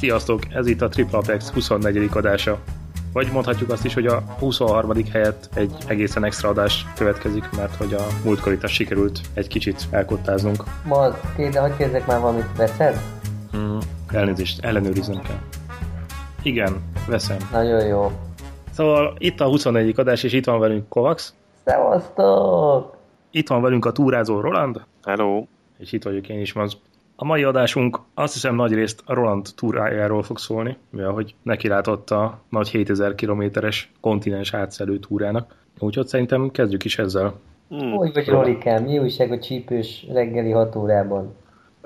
Sziasztok! Ez itt a Triple Apex 24. adása. Vagy mondhatjuk azt is, hogy a 23. helyett egy egészen extra adás következik, mert hogy a múltkor itt sikerült egy kicsit elkottáznunk. De hogy kérdezek már valamit, veszed? Elnézést, ellenőriznem kell. Igen, veszem. Nagyon jó. Szóval itt a 24. adás, és itt van velünk Kovacs. Szevasztok! Itt van velünk a túrázó Roland. Hello! És itt vagyok én is, Maz. A mai adásunk azt hiszem nagyrészt a Roland túrájáról fog szólni, mivel hogy nekilátott a nagy 7000 kilométeres kontinens átszelő túrának. Úgyhogy szerintem kezdjük is ezzel. Úgy vagy Rolikám, mi újság a csípős reggeli 6 órában?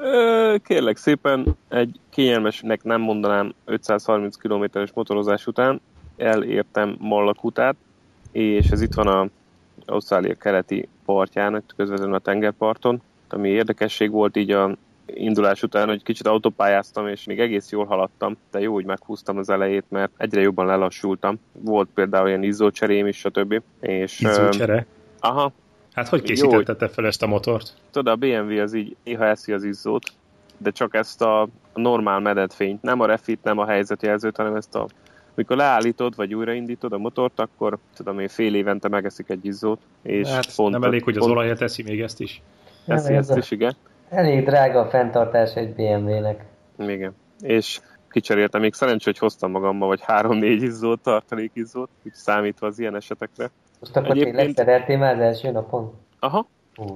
Kérlek szépen, egy kényelmesnek nem mondanám 530 kilométeres motorozás után elértem Mallakutát, és ez itt van az Ausztrália keleti partján, közvetlenül a tengerparton. Ami érdekesség volt így a indulás után, hogy kicsit autópályáztam, és még egész jól haladtam, de jó, hogy meghúztam az elejét, mert egyre jobban lelassultam. Volt például ilyen izzócserém is, stb. Izzócsere? Aha. Hát hogy készítetted fel ezt a motort? Tudod, a BMW az így néha eszi az izzót, de csak ezt a normál medetfényt, nem a refit, nem a helyzetjelzőt, hanem ezt a... Mikor leállítod, vagy újraindítod a motort, akkor tudom én fél évente megeszik egy izzót. És hát nem elég, hogy az olajat eszi még ezt is. Eszi ezt is, igen. Elég drága a fenntartás egy BMW-nek. Igen. És kicseréltem, még szerencsé, hogy hoztam magammal, vagy 3-4 izzót, tartalékizzót, úgy számítva az ilyen esetekre. Most akkor tényleg szereltél már az első napon? Aha.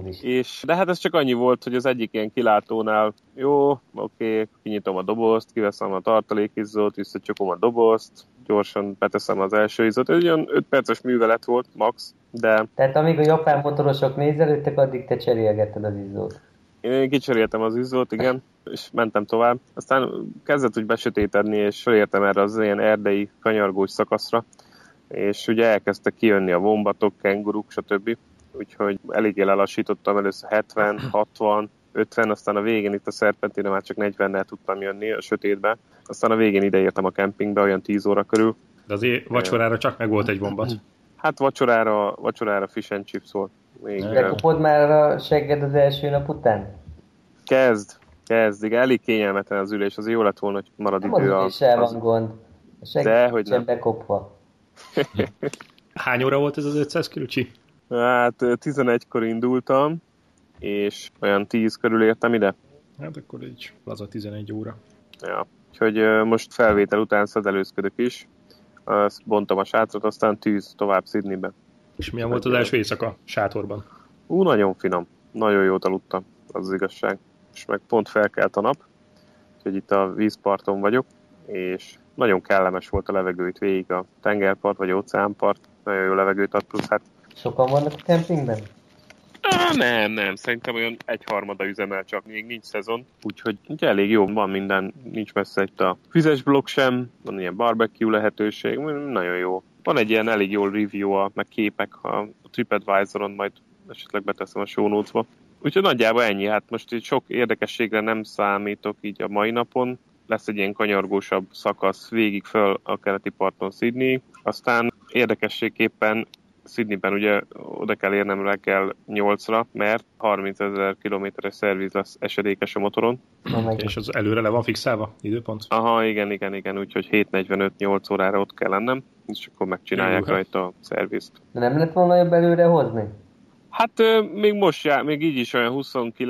De hát ez csak annyi volt, hogy az egyik ilyen kilátónál jó, oké, kinyitom a dobozt, kiveszem a tartalékizzót, visszacsukom a dobozt, gyorsan beteszem az első izzót. Ez olyan 5 perces művelet volt, max, de... Tehát amíg a japán motorosok nézelődtek, addig te cserélgetted az izzót. Én kicseréltem az izzót, igen, és mentem tovább. Aztán kezdett úgy besötétedni, és felértem erre az ilyen erdei kanyargós szakaszra, és ugye elkezdtek kijönni a vombatok, kenguruk, stb. Úgyhogy eléggé lelassítottam, először 70, 60, 50, aztán a végén itt a Szerpentine már csak 40-nel tudtam jönni a sötétbe. Aztán a végén ideértem a kempingbe, olyan 10 óra körül. De azért vacsorára csak meg volt egy bombat. Hát vacsorára fish and chips volt. Lekopod már a segged az első nap után? Kezd, igen, elég kényelmetlen az ülés, azért jó lett volna, hogy marad idő. Nem az van gond. A segged sem bekopva. Hány óra volt ez az 500 kilocsi? Hát 11-kor indultam, és olyan 10 körül értem ide. Hát akkor így laza 11 óra. Ja, úgyhogy most felvétel után szedelőzködök is. Azt bontom a sátrat, aztán tűz tovább Sydneybe. És milyen volt az első éjszaka sátorban? Nagyon finom. Nagyon jót aludtam, az igazság. És meg pont felkelt a nap, úgyhogy itt a vízparton vagyok, és nagyon kellemes volt a levegő itt végig, a tengerpart vagy óceánpart. Nagyon jó levegőt ad, plusz hát... Sokan vannak a kempingben? Nem. Szerintem olyan 1/3 üzemel, csak még nincs szezon. Úgyhogy elég jó, van minden, nincs messze itt a füzes blokk sem, van ilyen barbecue lehetőség, nagyon jó. Van egy ilyen elég jó review, meg képek a TripAdvisoron, majd esetleg beteszem a show notes-ba. Úgyhogy nagyjából ennyi, hát most így sok érdekességre nem számítok így a mai napon. Lesz egy ilyen kanyargósabb szakasz végig föl a keleti parton Sydney, aztán érdekességképpen Sydneyben ugye oda kell érnem reggel 8-ra, mert 30 000 kilométeres szerviz lesz esedékes a motoron. És az előre le van fixálva időpont? Aha, igen, úgyhogy 7:45-8 órára ott kell lennem, és akkor megcsinálják rajta a szervizt. De nem lett volna jobb előre hozni? Hát még most még így is olyan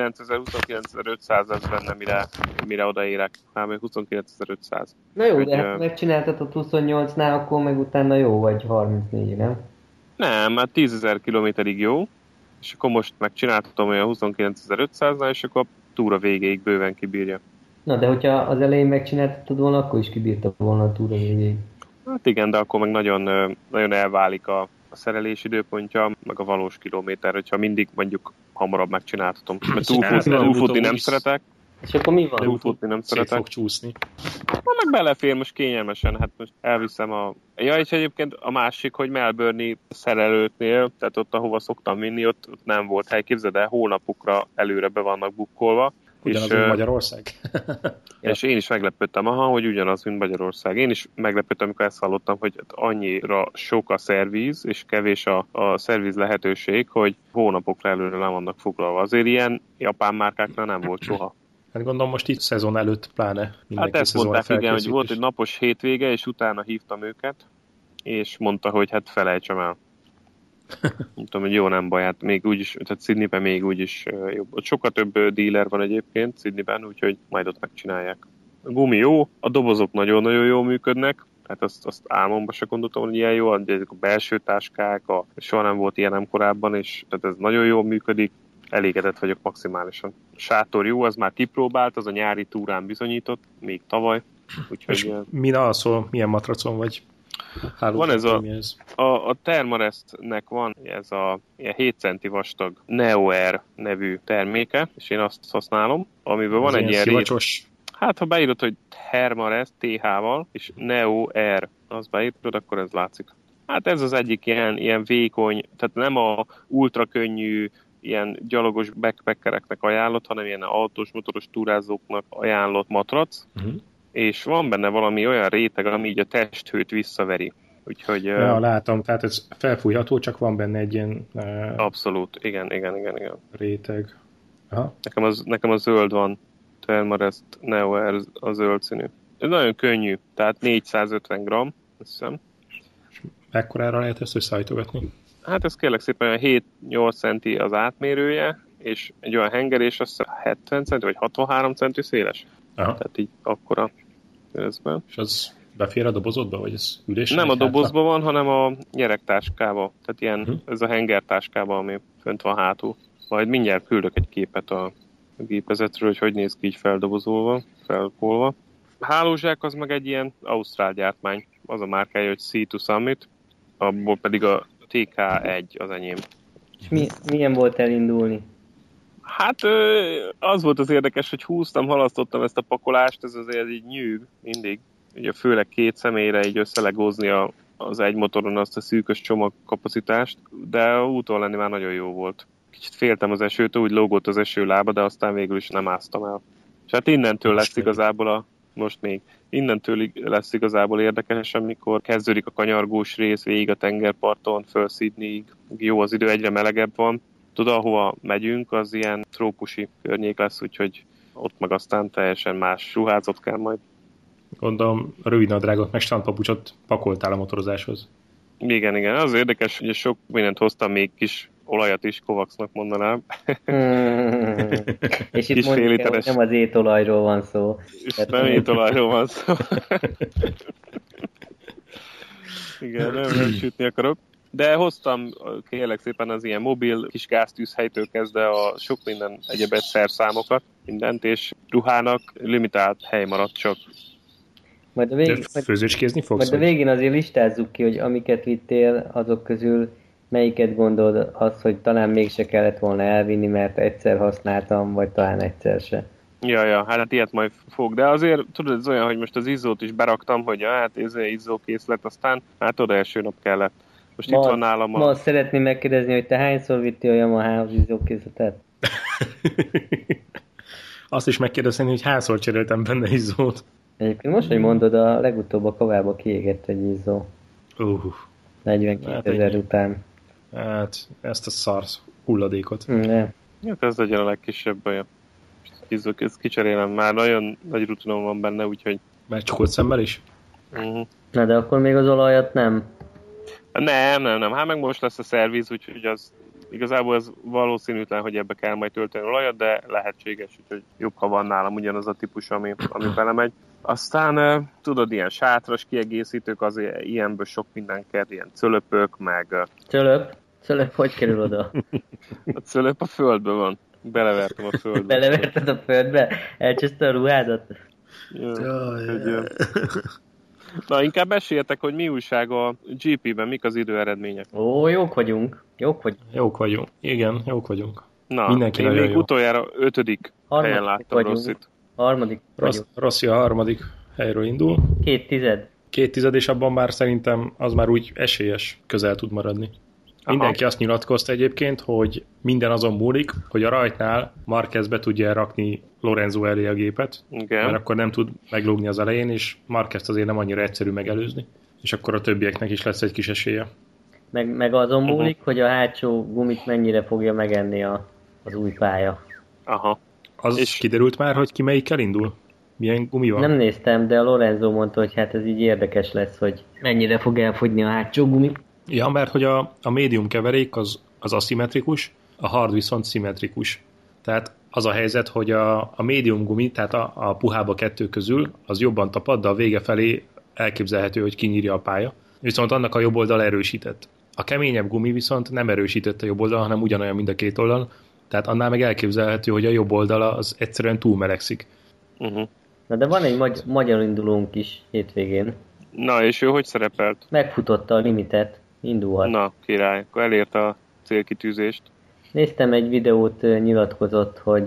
29.500 lesz benne, mire odaérek. Hát még 29.500. Na jó, de hát megcsináltatod 28-nál, akkor meg utána jó vagy 34, nem? Nem, hát 10.000 kilométerig jó, és akkor most megcsináltatom olyan 29.500-nál, és akkor a túra végéig bőven kibírja. Na, de hogyha az elején megcsináltatod volna, akkor is kibírta volna a túra végéig. Hát igen, de akkor meg nagyon, nagyon elválik a szerelés időpontja, meg a valós kilométer, hogyha mindig mondjuk hamarabb megcsináltatom. Mert túlfutni nem szeretek. És akkor mi van? Túlfutni nem szeretek. Szét fog csúszni. Meg belefér most kényelmesen, hát most elviszem Ja, és egyébként a másik, hogy Melbourne-i szerelőtnél, tehát ott, ahova szoktam vinni, ott nem volt hely, képzeld el, hónapokra előre be vannak bukkolva. Ugyanaz, mint Magyarország? És én is meglepődtem, hogy ugyanaz, mint Magyarország. Én is meglepődtem, amikor ezt hallottam, hogy annyira sok a szerviz, és kevés a szerviz lehetőség, hogy hónapokra előre le vannak foglalva. Azért ilyen japán márkáknál nem volt soha. Hát gondolom most itt szezon előtt pláne mindenki Hát ezt mondták, igen, hogy volt is. egy napos hétvége, és utána hívtam őket, és mondta, hogy hát felejtsem el. Mondtam, hogy jó, nem baj, hát még úgyis, tehát Sydneyben még úgyis jobb. Ott sokkal több dealer van egyébként Sydneyben, úgyhogy majd ott megcsinálják. A gumi jó, a dobozok nagyon-nagyon jól működnek, hát azt álmomban se gondoltam, hogy ilyen jó, de ezek a belső táskák, soha nem volt ilyenem korábban, és tehát ez nagyon jól működik, elégedett vagyok maximálisan. A sátor jó, az már kipróbált, az a nyári túrán bizonyított, még tavaly. Úgyhogy, és min alszol, milyen matracon vagy? Van ez a Thermarestnek van ez a 7 centi vastag Neo Air nevű terméke, és én azt használom, amiben van egy ilyen szivacsos. Hát, ha beírod, hogy Thermarest TH-val, és Neo Air, az beírod, akkor ez látszik. Hát ez az egyik ilyen vékony, tehát nem a ultra könnyű, ilyen gyalogos backpackereknek ajánlott, hanem ilyen autós, motoros túrázóknak ajánlott matrac, és van benne valami olyan réteg, ami így a testhőt visszaveri. Úgyhogy... Ja, látom, tehát ez felfújható, csak van benne egy ilyen... Abszolút, igen. Réteg. Aha. Nekem a zöld van, Thermarest Neo Air, a zöld színű. Ez nagyon könnyű, tehát 450 g, azt hiszem. És mekkorára lehet ezt összehajtogatni? Hát ez kérlek szépen 7-8 centi az átmérője, és egy olyan hengerés, az 70 centi, vagy 63 centi széles. Aha. Tehát így akkora részben. És az befér a dobozodba, vagy ez ülésen? Nem a dobozban van, hanem a gyerektáskába. Tehát ilyen, ez a hengertáskába, ami fönt van hátul. Majd mindjárt küldök egy képet a gépezetről, hogy néz ki így feldobozolva, felkolva. A hálózsák az meg egy ilyen ausztrál gyártmány. Az a márkája, hogy Sea to Summit, abból pedig a TK1 az enyém. És milyen volt elindulni? Hát az volt az érdekes, hogy húztam, halasztottam ezt a pakolást, ez azért így nyűg mindig. Ugye főleg 2 személyre így összelegózni az egy motoron azt a szűkös csomagkapacitást, de úton lenni már nagyon jó volt. Kicsit féltem az esőtől, úgy lógott az eső lába, de aztán végül is nem áztam el. És hát innentől lesz igazából innentől lesz igazából érdekes, amikor kezdődik a kanyargós rész végig a tengerparton, föl Sydneyig. Jó az idő, egyre melegebb van. Tudod, ahova megyünk, az ilyen trópusi környék lesz, úgyhogy ott meg aztán teljesen más ruházat kell majd. Gondolom, a rövidnadrágot meg strandpapucsot pakoltál a motorozáshoz. Igen. Az érdekes, hogy sok mindent hoztam, még kis olajat is, Kovacsnak mondanám. És itt mondjuk, hogy nem az étolajról van szó. Nem étolajról van szó. Igen, nem sütni akarok. De hoztam, kérlek szépen, az ilyen mobil kis gáztűzhelytől kezdve a sok minden egyebet szerszámokat, mindent, és ruhának limitált hely maradt csak. Majd a végén, főzőskézni fogsz? Majd a végén azért listázzuk ki, hogy amiket vittél, azok közül melyiket gondolod az, hogy talán mégse kellett volna elvinni, mert egyszer használtam, vagy talán egyszer se. Ja, hát ilyet majd fog. De azért tudod, ez olyan, hogy most az izzót is beraktam, hogy hát ez izzókészlet, aztán hát oda első nap kellett. Most itt van nálam Ma szeretném megkérdezni, hogy te hányszor vittél a Yamahához izzókészletet? Azt is megkérdezni, hogy hányszor cseréltem benne izzót. Egyébként most, hogy mondod, a legutóbb a kavába kiégett egy izzó. 42 000 után. Hát, ezt a szarsz hulladékot. Nem. Hát ez legyen a legkisebb baj. Izzók, ezt kicserélem. Már nagyon nagy rutinom van benne, úgyhogy... Mert csukott szemmel is? Na, de akkor még az olajat nem? Nem. Hát meg most lesz a szerviz, úgyhogy az igazából ez valószínűtlen, hogy ebbe kell majd tölteni olajat, de lehetséges, úgyhogy jobb, ha van nálam ugyanaz a típus, ami belemegy. Aztán tudod, ilyen sátras kiegészítők, azért ilyenből sok minden kell, ilyen cölöpök, meg... Cölöp? Cölöp hogy kerül oda? A cölöp a földből van. Belevertem a földbe. Beleverted a földbe? Elcseszte a ruhádat? Na, inkább meséljetek, hogy mi újság a GP-ben, mik az időeredmények. Ó, jók vagyunk. Jók vagyunk. Igen, jók vagyunk. Na, mindenki én még jó. Utoljára 5. helyen láttam Rossit. 3. vagyunk. Rossi a 3. helyről indul. 2/10. 2/10, és abban már szerintem az már úgy esélyes közel tud maradni. Aha. Mindenki azt nyilatkozta egyébként, hogy minden azon múlik, hogy a rajtnál Marquez be tudja rakni Lorenzo elé a gépet, igen. Mert akkor nem tud meglógni az elején, és Marquezt azért nem annyira egyszerű megelőzni, és akkor a többieknek is lesz egy kis esélye. Meg azon múlik, hogy a hátsó gumit mennyire fogja megenni az új pálya. Aha. Az és kiderült már, hogy ki melyikkel indul? Milyen gumi van? Nem néztem, de a Lorenzo mondta, hogy hát ez így érdekes lesz, hogy mennyire fog elfogyni a hátsó gumi. Ja, mert hogy a médium keverék az aszimmetrikus, a hard viszont szimmetrikus. Tehát az a helyzet, hogy a médium gumi, tehát a puhába kettő közül, az jobban tapad, de a vége felé elképzelhető, hogy kinyírja a pálya. Viszont annak a jobb oldal erősített. A keményebb gumi viszont nem erősített a jobb oldal, hanem ugyanolyan mind a két oldal. Tehát annál meg elképzelhető, hogy a jobb oldala az egyszerűen túlmelegszik. Uh-huh. Na de van egy magyar indulónk is hétvégén. Na, és ő hogy szerepelt? Megfutotta a limitet, indulhat. Na, király, akkor elérte a célkitűzést. Néztem egy videót, nyilatkozott, hogy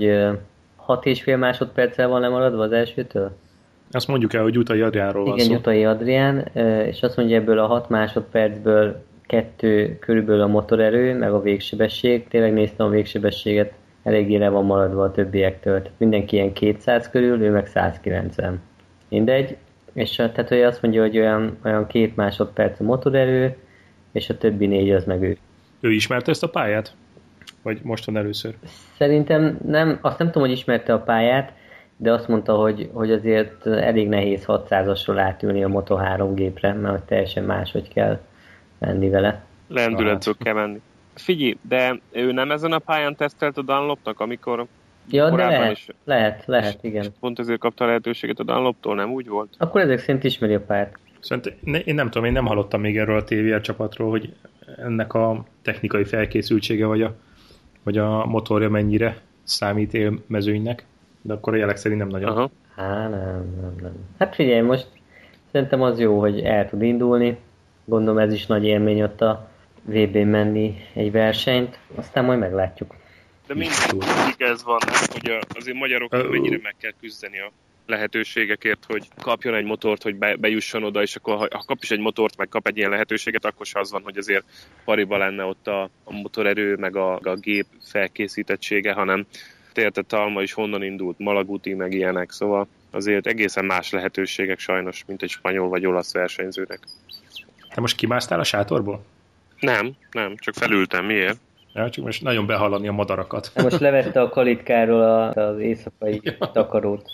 6,5 másodperccel van lemaradva az elsőtől. Azt mondjuk el, hogy Jutai Adriánról van szó. Igen, Jutai Adrián, és azt mondja, ebből a 6 másodpercből 2 körülbelül a motorerő, meg a végsebesség. Tényleg néztem a végsebességet, eléggé le van maradva a többiektől. Tehát mindenki ilyen 200 körül, ő meg 190. Mindegy. És tehát ő azt mondja, hogy olyan 2 másodperc a motorerő, és a többi 4 az meg ő. Ő ismerte ezt a pályát? Vagy mostan először? Szerintem nem, azt nem tudom, hogy ismerte a pályát, de azt mondta, hogy azért elég nehéz 600-asról átülni a Moto3 gépre, mert teljesen máshogy kell menni vele. Lendületből kell menni. Figyelj, de ő nem ezen a pályán tesztelt a Dunlopnak, amikor ja, de lehet, igen. Pont ezért kapta a lehetőséget a Dunloptól, nem úgy volt? Akkor ezek szerint ismeri a pályát. Szerintem, én nem tudom, én nem hallottam még erről a TVR csapatról, hogy ennek a technikai felkészültsége vagy a motorja mennyire számít élmezőnynek, de akkor a jelek szerint nem nagyon. Aha. Nem. Hát figyelj, most szerintem az jó, hogy el tud indulni. Gondolom ez is nagy élmény ott a VB-n menni egy versenyt, aztán majd meglátjuk. De mindig ez van, hogy azért magyaroknak mennyire meg kell küzdeni a lehetőségekért, hogy kapjon egy motort, hogy bejusson oda, és akkor ha kap is egy motort, meg kap egy ilyen lehetőséget, akkor se az van, hogy azért pariba lenne ott a motorerő, meg a gép felkészítettsége, hanem érted, Talma is honnan indult, Malaguti, meg ilyenek, szóval azért egészen más lehetőségek sajnos, mint egy spanyol vagy olasz versenyzőnek. Te most kimásztál a sátorból? Nem, csak felültem, miért? Ja, csak most nagyon behallani a madarakat. Most levette a kalitkáról az éjszakai takarót.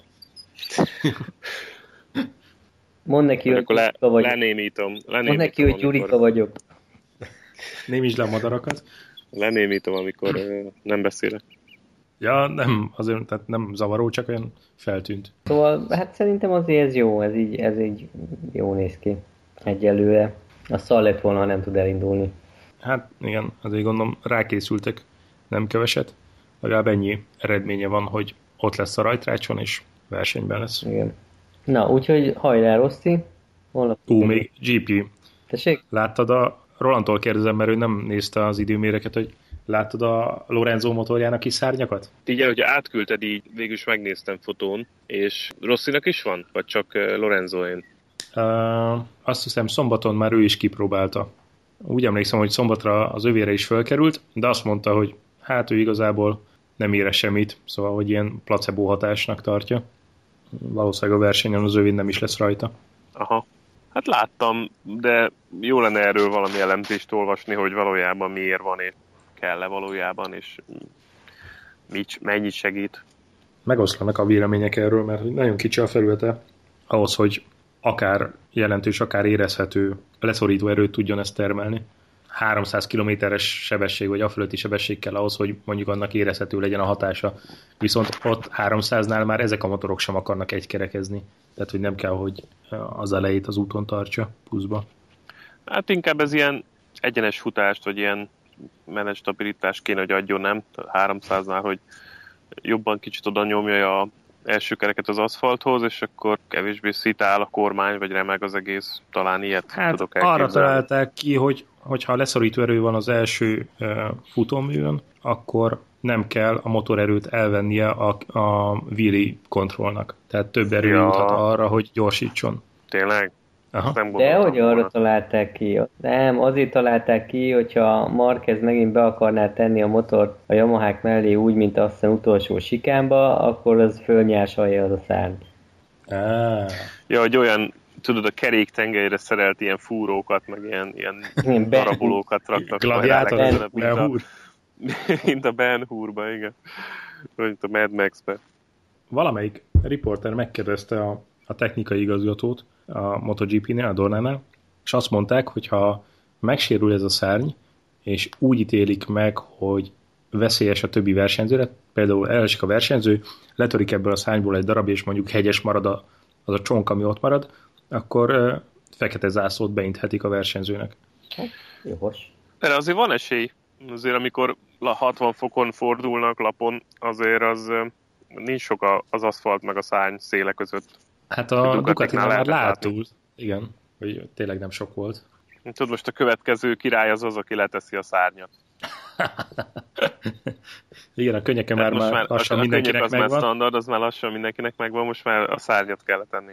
Mondd neki, hogy Gyurika vagyok. Lenémítom. Mondd neki, hogy Gyurika vagyok. Némítsd le a madarakat. Lenémítom, amikor nem beszélek. Ja, nem, azért tehát nem zavaró, csak olyan feltűnt. Szóval, hát szerintem azért ez jó, ez így jó néz ki egyelőre. A szar lett volna, ha nem tud elindulni. Hát igen, azért gondolom rákészültek nem keveset. Legalább ennyi eredménye van, hogy ott lesz a rajtrácson, és versenyben lesz. Igen. Na, úgyhogy hajrá, Rossi. Még GP. Tessék? Láttad Rolandtól kérdezem, mert ő nem nézte az időméreket, hogy láttad a Lorenzo motorjának is szárnyakat? Igen, hogy átküldted, így végül is megnéztem fotón, és Rossinak is van? Vagy csak Lorenzo-én? Azt hiszem szombaton már ő is kipróbálta. Úgy emlékszem, hogy szombatra az övére is fölkerült, de azt mondta, hogy hát ő igazából nem érez semmit, szóval hogy ilyen placebo hatásnak tartja. Valószínűleg a versenyen az övén nem is lesz rajta. Aha. Hát láttam, de jó lenne erről valami elemzést olvasni, hogy valójában miért van, és kell-e valójában, és mennyit segít. Megoszlanak a vélemények erről, mert nagyon kicsi a felülete ahhoz, hogy akár jelentős, akár érezhető leszorító erőt tudjon ezt termelni. 300 km-es sebesség, vagy afölötti sebesség kell ahhoz, hogy mondjuk annak érezhető legyen a hatása. Viszont ott 300-nál már ezek a motorok sem akarnak egykerekezni. Tehát, hogy nem kell, hogy az elejét az úton tartsa pluszba. Hát inkább ez ilyen egyenes futást, vagy ilyen menet stabilitást kéne, hogy adjon, nem? 300-nál, hogy jobban kicsit oda nyomja a első kereket az aszfalthoz, és akkor kevésbé szitál a kormány, vagy remeg az egész, talán ilyet tudok elképzelni. Arra találták ki, hogyha leszorító erő van az első futóművön, akkor nem kell a motorerőt elvennie a wheelie kontrollnak. Tehát több erő juthat arra, hogy gyorsítson. Tényleg? De hogy arra találták ki? Nem, azért találták ki, hogyha Marquez megint be akarná tenni a motort a Yamahák mellé úgy, mint azt hiszem utolsó sikánba, akkor az fölnyásolja az a szárny. Ja, hogy olyan, tudod, a kerék tengelyre szerelt ilyen fúrókat, meg ilyen darabolókat raktak. Gladiátor, Ben Hur. Mint a Ben Hurba, igen. Mint a Mad Max-be. Valamelyik riporter megkérdezte a technikai igazgatót a MotoGP-nél, a Dornánál, és azt mondták, hogy ha megsérül ez a szárny, és úgy ítélik meg, hogy veszélyes a többi versenyzőre, például elesik a versenyző, letörik ebből a szárnyból egy darab, és mondjuk hegyes marad az a csonk, ami ott marad, akkor fekete zászlót beinthetik a versenyzőnek. Jogos. De azért van esély. Azért amikor 60 fokon fordulnak lapon, azért az nincs sok az aszfalt meg a szárny széle között. Hát a Ducatinál már láttuk. Igen, hogy tényleg nem sok volt. Tudod, most a következő király az, aki leteszi a szárnyat. Igen, a könnyeken már lassan mindenkinek az megvan. Már standard, az már lassan mindenkinek megvan, most már a szárnyat kell tenni.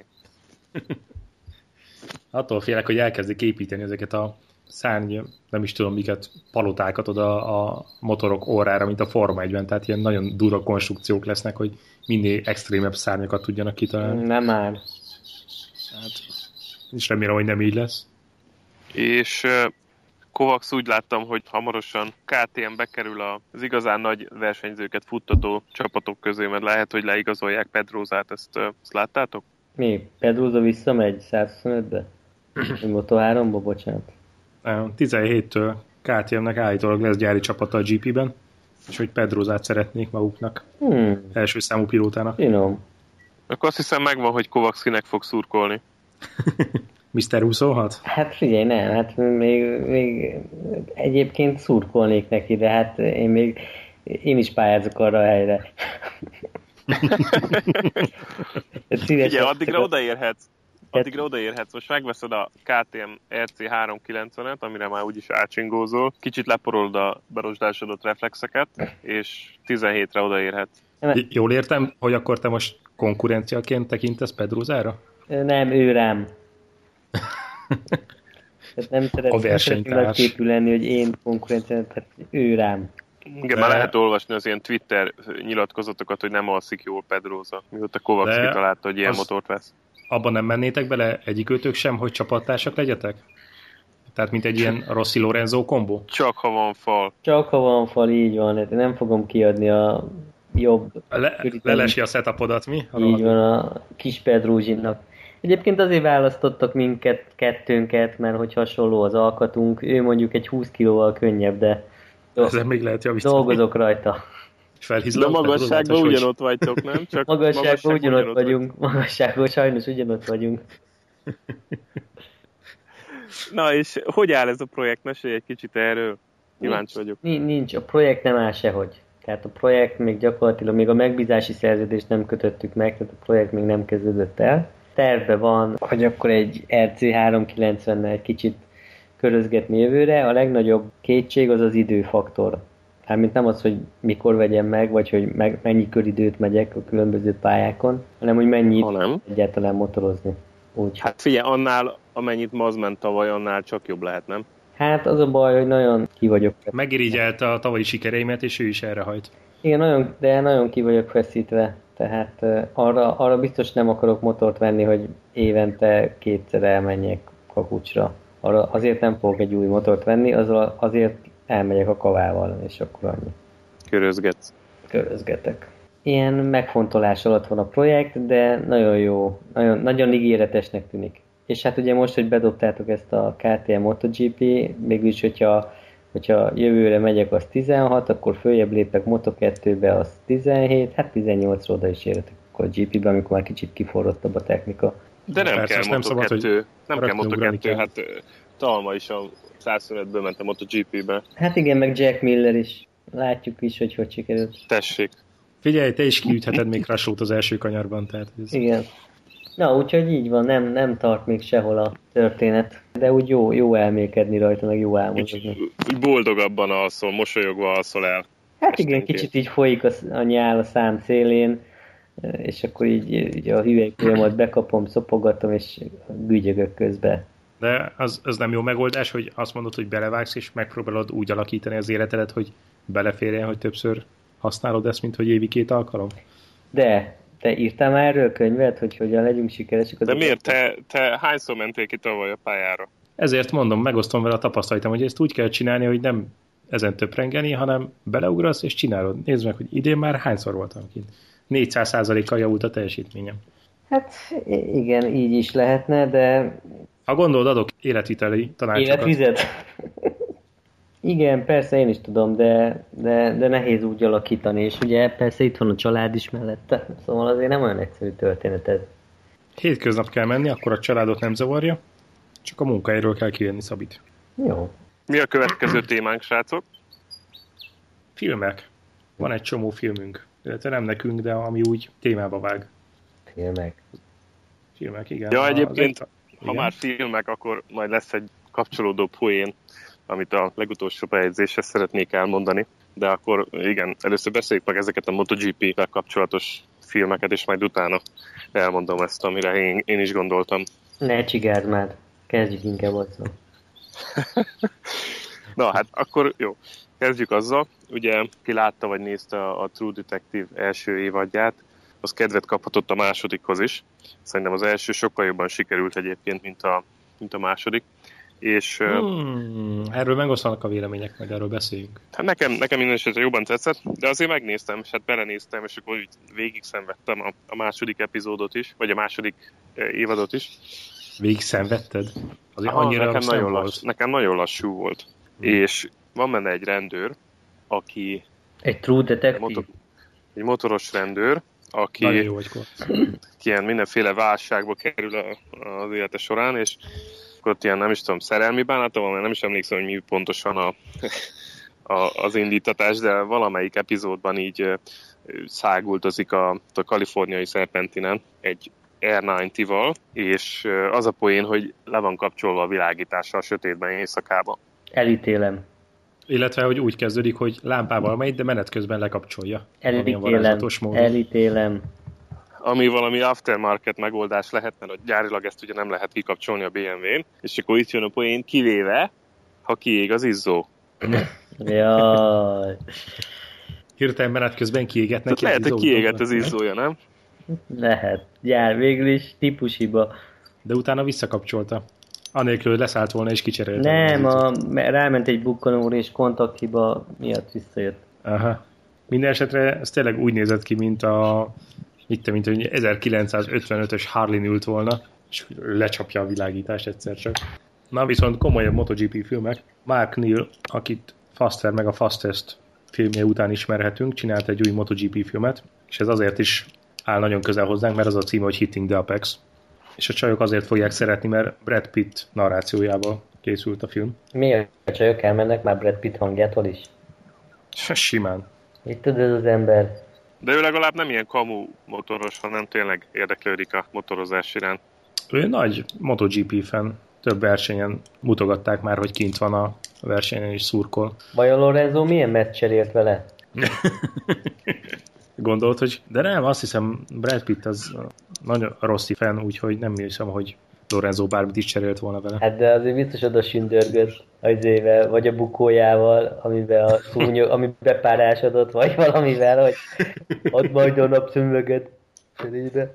Attól félek, hogy elkezdik építeni ezeket a szárny, nem is tudom miket, palotákat oda a motorok orrára, mint a Forma 1-ben, tehát ilyen nagyon durva konstrukciók lesznek, hogy minél extrémebb szárnyakat tudjanak kitalálni. Nem már. Hát, és remélem, hogy nem így lesz. És Kovacs úgy láttam, hogy hamarosan KTM bekerül az igazán nagy versenyzőket futtató csapatok közé, mert lehet, hogy leigazolják Pedrózát, ezt láttátok? Mi? Pedróza visszamegy 125-be? Moto3-ba, bocsánat. 17-től KTM-nek állítólag lesz gyári csapata a GP-ben, és hogy Pedrózát szeretnék maguknak első számú pilótának. Finom. Akkor azt hiszem megvan, hogy Kovacs kinek fog szurkolni. Mr. 26? Hát figyelj, nem, hát még egyébként szurkolnék neki, de hát én is pályázok arra a helyre. Ugye, addigra odaérhetsz. Most megveszed a KTM RC 390-et, amire már úgyis átsingózol, kicsit leporolod a berosdásodott reflexeket, és 17-re odaérhetsz. Jól értem, hogy akkor te most konkurenciaként tekintesz Pedrózára? Nem, ő rám. Tehát nem szeretném nagyképű lenni, hogy én konkurenciát, tehát ő rám. Igen, már lehet olvasni az ilyen Twitter nyilatkozatokat, hogy nem alszik jól Pedróza, mióta Kovacs kitalálta, hogy ilyen motort vesz. Abban nem mennétek bele egyikőtök sem, hogy csapattársak legyetek? Tehát mint egy ilyen Rossi Lorenzo kombó? Csak ha van fal. Csak ha van fal, így van. Nem fogom kiadni a jobb... Lelesi a setupodat, mi? Így van, a kis Pedrózsinnak. Egyébként azért választottak minket, kettőnket, mert hogy hasonló az alkatunk. Ő mondjuk egy 20 kilóval könnyebb, de ezzel még lehet javítani. Dolgozok rajta. De magasságban ugyanott vagytok, nem? Csak magasságban ugyanott vagyunk. Magasságban sajnos ugyanott vagyunk. Na és hogy áll ez a projekt? Mesélj egy kicsit erről. Kíváncsi vagyok. Nincs, a projekt nem áll sehogy. Tehát a projekt még gyakorlatilag, még a megbízási szerződést nem kötöttük meg, tehát a projekt még nem kezdődött el. Terve van, hogy akkor egy RC 390-nel egy kicsit körözgetni jövőre. A legnagyobb kétség az az időfaktor. Mármint nem az, hogy mikor vegyem meg, vagy hogy mennyi köridőt megyek a különböző pályákon, hanem hogy mennyit egyáltalán motorozni. Úgy. Hát figyelj, annál, amennyit Maz ment tavaly, annál csak jobb lehet, nem? Hát az a baj, hogy nagyon ki vagyok. Megirigyelte a tavalyi sikereimet, és ő is erre hajt. Igen, de nagyon ki vagyok feszítve. Tehát arra biztos nem akarok motort venni, hogy évente 2-szer elmenjek Kakucsra. Arra azért nem fogok egy új motort venni, azért elmegyek a kavával, és akkor annyi. Körözgetsz. Körözgetek. Ilyen megfontolás alatt van a projekt, de nagyon jó, nagyon ígéretesnek tűnik. És hát ugye most, hogy bedobtátok ezt a KTM MotoGP, mégis, hogyha jövőre megyek, az 16, akkor följebb lépek Moto2-be, az 17, hát 18-ra oda is érhetek akkor a GP-be, amikor már kicsit kiforrottabb a technika. De nem persze, kell Moto2, nem kell Moto2, hát Talma is a 125-ből ment a MotoGP-be. Hát igen, meg Jack Miller is. Látjuk is, hogy sikerült. Tessék. Figyelj, te is kiütheted még Crashot az első kanyarban, tehát ez... Igen. Na, úgyhogy így van, nem tart még sehol a történet, de úgy jó elmélkedni rajta, meg jó álmodozni. Úgy boldogabban alszol, mosolyogva alszol el. Hát igen, kicsit így folyik a nyál a szám szélén, és akkor így a hüvelykujjamat bekapom, szopogatom, és gügyögök közben. De az nem jó megoldás, hogy azt mondod, hogy belevágsz, és megpróbálod úgy alakítani az életedet, hogy beleférjen, hogy többször használod ezt, mint hogy évi 2 alkalom? De te írtál már erről könyvet, hogy hogyan legyünk sikeresek? De miért? Te hányszor mentél ki tavaly a pályára? Ezért mondom, megosztom vele a tapasztalatom, hogy ezt úgy kell csinálni, hogy nem ezen töprengeni, hanem beleugrasz és csinálod. Nézd meg, hogy idén már hányszor voltam kint. 400%-kal javult a teljesítményem. Hát igen, így is lehetne, de... Ha gondolod, adok életviteli tanácsokat. Életvizet? Igen, persze én is tudom, de nehéz úgy alakítani, és ugye persze itt van a család is mellette, szóval azért nem olyan egyszerű történet ez. Hétköznap kell menni, akkor a családot nem zavarja, csak a munkahelyről kell kijönni Szabit. Jó. Mi a következő témánk, srácok? Filmek. Van egy csomó filmünk. Illetve nem nekünk, de ami úgy témába vág. Filmek. Filmek, igen. Ja, egyébként, ha igen. már filmek, akkor majd lesz egy kapcsolódó poén, amit a legutolsó bejegyzéshez szeretnék elmondani. De akkor igen, először beszéljük meg ezeket a MotoGP-vel kapcsolatos filmeket, és majd utána elmondom ezt, amire én is gondoltam. Ne csigázd már. Kezdjük inkább azzal. Na hát akkor jó, kezdjük azzal. Ugye ki látta vagy nézte a True Detective első évadját, az kedvet kaphatott a másodikhoz is. Szerintem az első sokkal jobban sikerült egyébként, mint a második. És, erről megoszlanak a vélemények, majd erről beszéljünk. Hát nekem minden esetre jobban tetszett, de azért megnéztem, és hát belenéztem, és akkor úgy végig szenvedtem a második epizódot is, vagy a második évadot is. Végig szenvedted? Azért annyira nekem nagyon lassú volt. És van benne egy rendőr, aki... Egy True Detective? Egy motoros rendőr, aki nagyon jó vagy, ilyen mindenféle válságba kerül az élete során, és akkor ott ilyen, nem is tudom, szerelmi bánata van, mert nem is emlékszem, hogy mi pontosan az indítatás, de valamelyik epizódban így száguldozik a kaliforniai szerpentinen egy R90-val, és az a poén, hogy le van kapcsolva a világítása a sötétben éjszakában. Elítélem. Illetve, hogy úgy kezdődik, hogy lámpával megy, de menet közben lekapcsolja. Elítélem. Ami valami aftermarket megoldás lehet, mert gyárilag ezt ugye nem lehet kikapcsolni a BMW-n, és akkor itt jön a poén, kivéve, ha kiég az izzó. Jaj. Hirtelen menet közben kiéget neki. Lehet, hogy kiégett az izzója, nem? Lehet. Jár, végül is típushiba. De utána visszakapcsolta. Anélkül, hogy leszállt volna és kicserélte. Nem, ráment egy bukkanóra és kontakthiba miatt visszajött. Aha. Minden esetre ez tényleg úgy nézett ki, mint hogy 1955-ös Harley ült volna, és lecsapja a világítást egyszer csak. Na viszont komolyabb MotoGP filmek. Mark Neal, akit Faster meg a Fastest filmje után ismerhetünk, csinált egy új MotoGP filmet, és ez azért is áll nagyon közel hozzánk, mert az a címe, hogy Hitting the Apex. És a csajok azért fogják szeretni, mert Brad Pitt narrációjával készült a film. Miért a csajok elmennek már Brad Pitt hangjától is? Simán. Mit tud ez az ember? De ő legalább nem ilyen kamu motoros, hanem tényleg érdeklődik a motorozás iránt. Ő nagy MotoGP fan. Több versenyen mutogatták már, hogy kint van a versenyen és szurkol. Vajon Lorenzo milyen meccsen élt vele? Gondolt, hogy... De nem, azt hiszem Brad Pitt az nagyon rossz fan, úgyhogy nem hiszem, hogy Lorenzo bármit is cserélt volna vele. Hát de azért biztos oda sündörgött azével, vagy a bukójával, amiben párásodott, vagy valamivel, hogy ott majd a napszemüveget cserébe.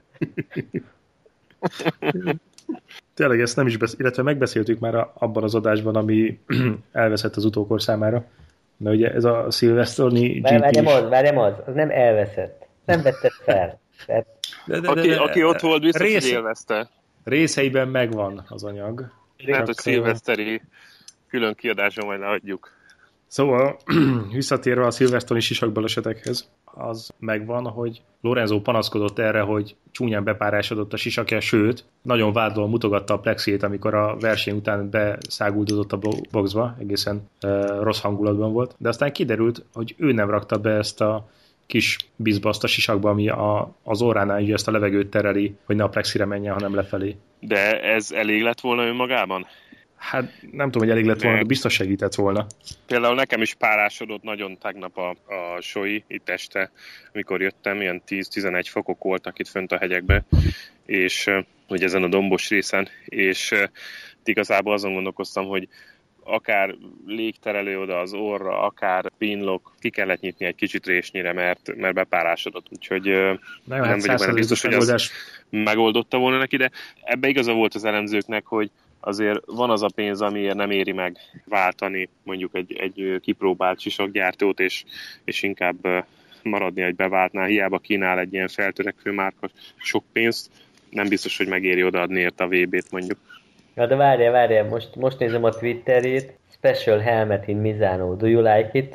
Tényleg ezt nem is illetve megbeszéltük már abban az adásban, ami elveszett az utókor számára. De ugye ez a Silverstone-i GP... Várjam az nem elveszett. Nem vetted fel. Tehát... Aki ott volt, biztos, hogy élvezte. Részeiben megvan az anyag. Lehet, hogy szilveszteri külön kiadáson majd leadjuk. Szóval, visszatérve a Silverstone-i sisakbalesetekhez, az megvan, hogy Lorenzo panaszkodott erre, hogy csúnyán bepárásodott a sisakja, sőt, nagyon vádlóan mutogatta a plexijét, amikor a verseny után beszáguldozott a boxba, egészen rossz hangulatban volt, de aztán kiderült, hogy ő nem rakta be ezt a kis bizbaszt a sisakba, ami az orránál így ezt a levegőt tereli, hogy ne a plexire menjen, hanem lefelé. De ez elég lett volna önmagában? Hát nem tudom, hogy elég lett volna, de biztos segített volna. Például nekem is párásodott nagyon tegnap a sói itt este, amikor jöttem, ilyen 10-11 fokok voltak itt fönt a hegyekben, és hogy ezen a dombos részen, és igazából azon gondolkoztam, hogy akár légterelő oda az orra, akár pinlock, ki kellett nyitni egy kicsit résnyire, mert bepárásodott, úgyhogy nem vagyok benne biztos, hogy az megoldotta volna neki, de ebbe igaza volt az elemzőknek, hogy azért van az a pénz, amiért nem éri meg váltani mondjuk egy kipróbált sisakgyártót, és inkább maradni egy beváltnál, hiába kínál egy ilyen feltörekvő márka sok pénzt, nem biztos, hogy megéri odaadni érte a VB-t mondjuk. Na de várjál, most nézem a Twitterét. Special helmet in Misano, do you like it?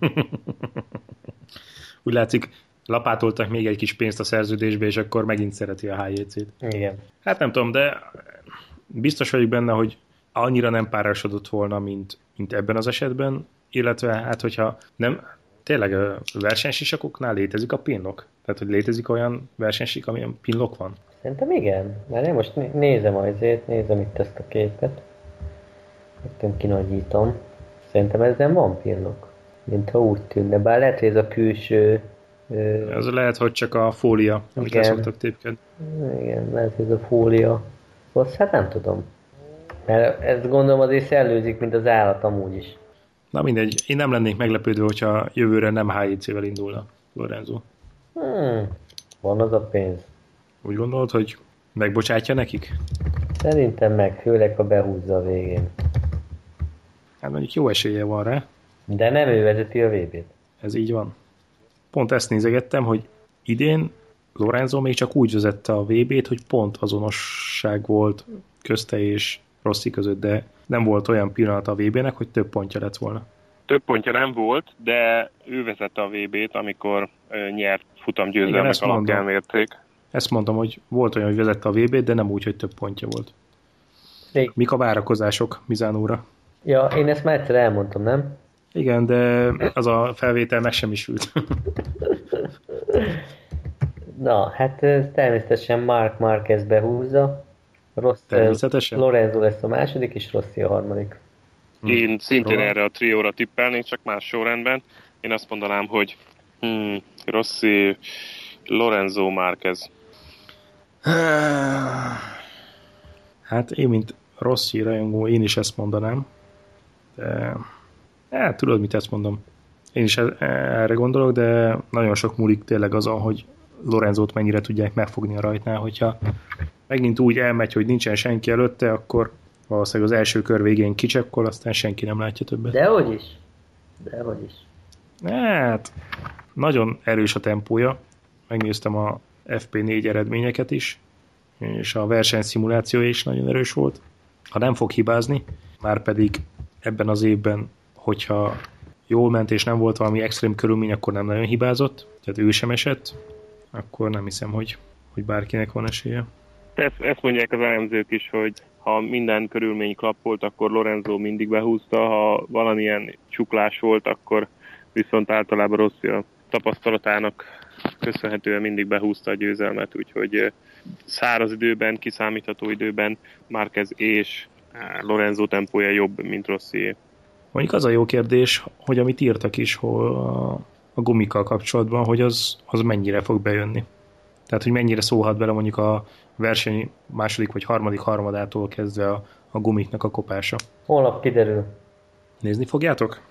Úgy látszik, lapátoltak még egy kis pénzt a szerződésbe, és akkor megint szereti a HJC-t. Igen. Hát nem tudom, de biztos vagyok benne, hogy annyira nem párosodott volna, mint ebben az esetben, illetve hát hogyha nem, tényleg a versenysisakoknál létezik a pinlock? Tehát, hogy létezik olyan versenysik, amilyen pinlock van? Szerintem igen. Mert én most nézem itt ezt a képet. Rögtön kinagyítom. Szerintem ezzel van pinlock. Mintha úgy tűnne. Bár lehet, hogy ez a külső... Ez lehet, hogy csak a fólia, amit leszoktak tépkedni. Igen, lehet, hogy ez a fólia. Azt hát nem tudom. Mert ezt gondolom azért szellőzik, mint az állat amúgy is. Na mindegy, én nem lennék meglepődve, hogyha jövőre nem HJC-vel indulna Lorenzo. Van az a pénz. Úgy gondolod, hogy megbocsátja nekik? Szerintem meg, főleg ha behúzza a végén. Hát mondjuk jó esélye van rá. De nem ő vezeti a VB-t. Ez így van. Pont ezt nézegettem, hogy idén Lorenzo még csak úgy vezette a VB-t, hogy pont azonosság volt közte és Rossi között, de nem volt olyan pillanat a VB-nek, hogy több pontja lett volna. Több pontja nem volt, de ő vezette a VB-t, amikor nyert futamgyőzelmek alapján mérték. Ezt mondom, hogy volt olyan, hogy vezette a VB-t, de nem úgy, hogy több pontja volt. Mik a várakozások Misánóra? Ja, én ezt már egyszer elmondtam, nem? Igen, de az a felvétel meg sem isült. Na, hát természetesen Marc Márquez behúzza. Természetesen. Lorenzo lesz a második, és Rossi a harmadik. Én szintén erre a trióra tippelnék, csak más sorrendben. Én azt mondanám, hogy Rossi, Lorenzo, Márquez. Hát én, mint Rossi rajongó, én is ezt mondanám. De hát tudod, mit ezt mondom. Én is erre gondolok, de nagyon sok múlik tényleg azon, hogy Lorenzót mennyire tudják megfogni a rajtnál, hogyha megint úgy elmegy, hogy nincsen senki előtte, akkor valószínűleg az első kör végén kicsekkol, aztán senki nem látja többet. Dehogy is. Hát, nagyon erős a tempója. Megnéztem a FP4 eredményeket is, és a versenyszimulációja is nagyon erős volt. Ha nem fog hibázni, már pedig ebben az évben, hogyha jól ment és nem volt valami extrém körülmény, akkor nem nagyon hibázott, tehát ő sem esett, akkor nem hiszem, hogy bárkinek van esélye. Ezt mondják az elemzők is, hogy ha minden körülmény klappolt, akkor Lorenzo mindig behúzta, ha valamilyen csuklás volt, akkor viszont általában Rossi a tapasztalatának köszönhetően mindig behúzta a győzelmet, úgyhogy száraz időben, kiszámítható időben Márquez és Lorenzo tempója jobb, mint Rossi. Mondjuk az a jó kérdés, hogy amit írtak is hogy a gumikkal kapcsolatban, hogy az mennyire fog bejönni. Tehát, hogy mennyire szólhat bele mondjuk a verseny második vagy harmadik harmadától kezdve a gumiknak a kopása. Holnap kiderül. Nézni fogjátok?